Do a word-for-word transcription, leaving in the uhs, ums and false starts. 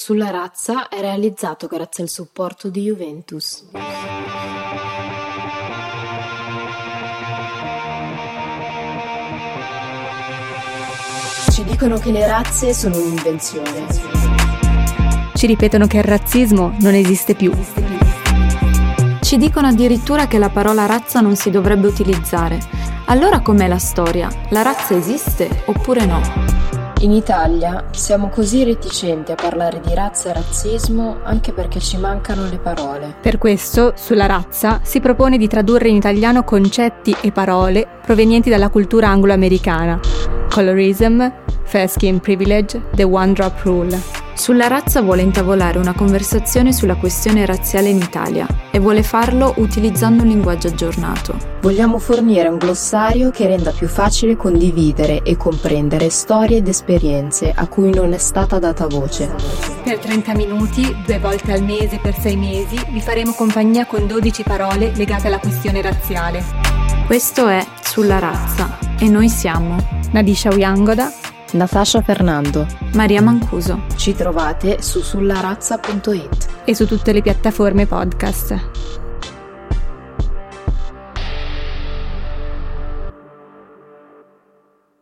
Sulla razza è realizzato grazie al supporto di Juventus. Ci dicono che le razze sono un'invenzione. Ci ripetono che il razzismo non esiste più. Ci dicono addirittura che la parola razza non si dovrebbe utilizzare. Allora com'è la storia? La razza esiste oppure no? In Italia siamo così reticenti a parlare di razza e razzismo anche perché ci mancano le parole. Per questo, Sulla razza si propone di tradurre in italiano concetti e parole provenienti dalla cultura anglo-americana. Colorism, Fair Skin Privilege, The One Drop Rule. Sulla razza vuole intavolare una conversazione sulla questione razziale in Italia e vuole farlo utilizzando un linguaggio aggiornato. Vogliamo fornire un glossario che renda più facile condividere e comprendere storie ed esperienze a cui non è stata data voce. Per trenta minuti, due volte al mese per sei mesi, vi faremo compagnia con dodici parole legate alla questione razziale. Questo è Sulla razza e noi siamo Nadisha Uyangoda, Natasha Fernando, Maria Mancuso. Ci trovate su sullarazza punto it e su tutte le piattaforme podcast.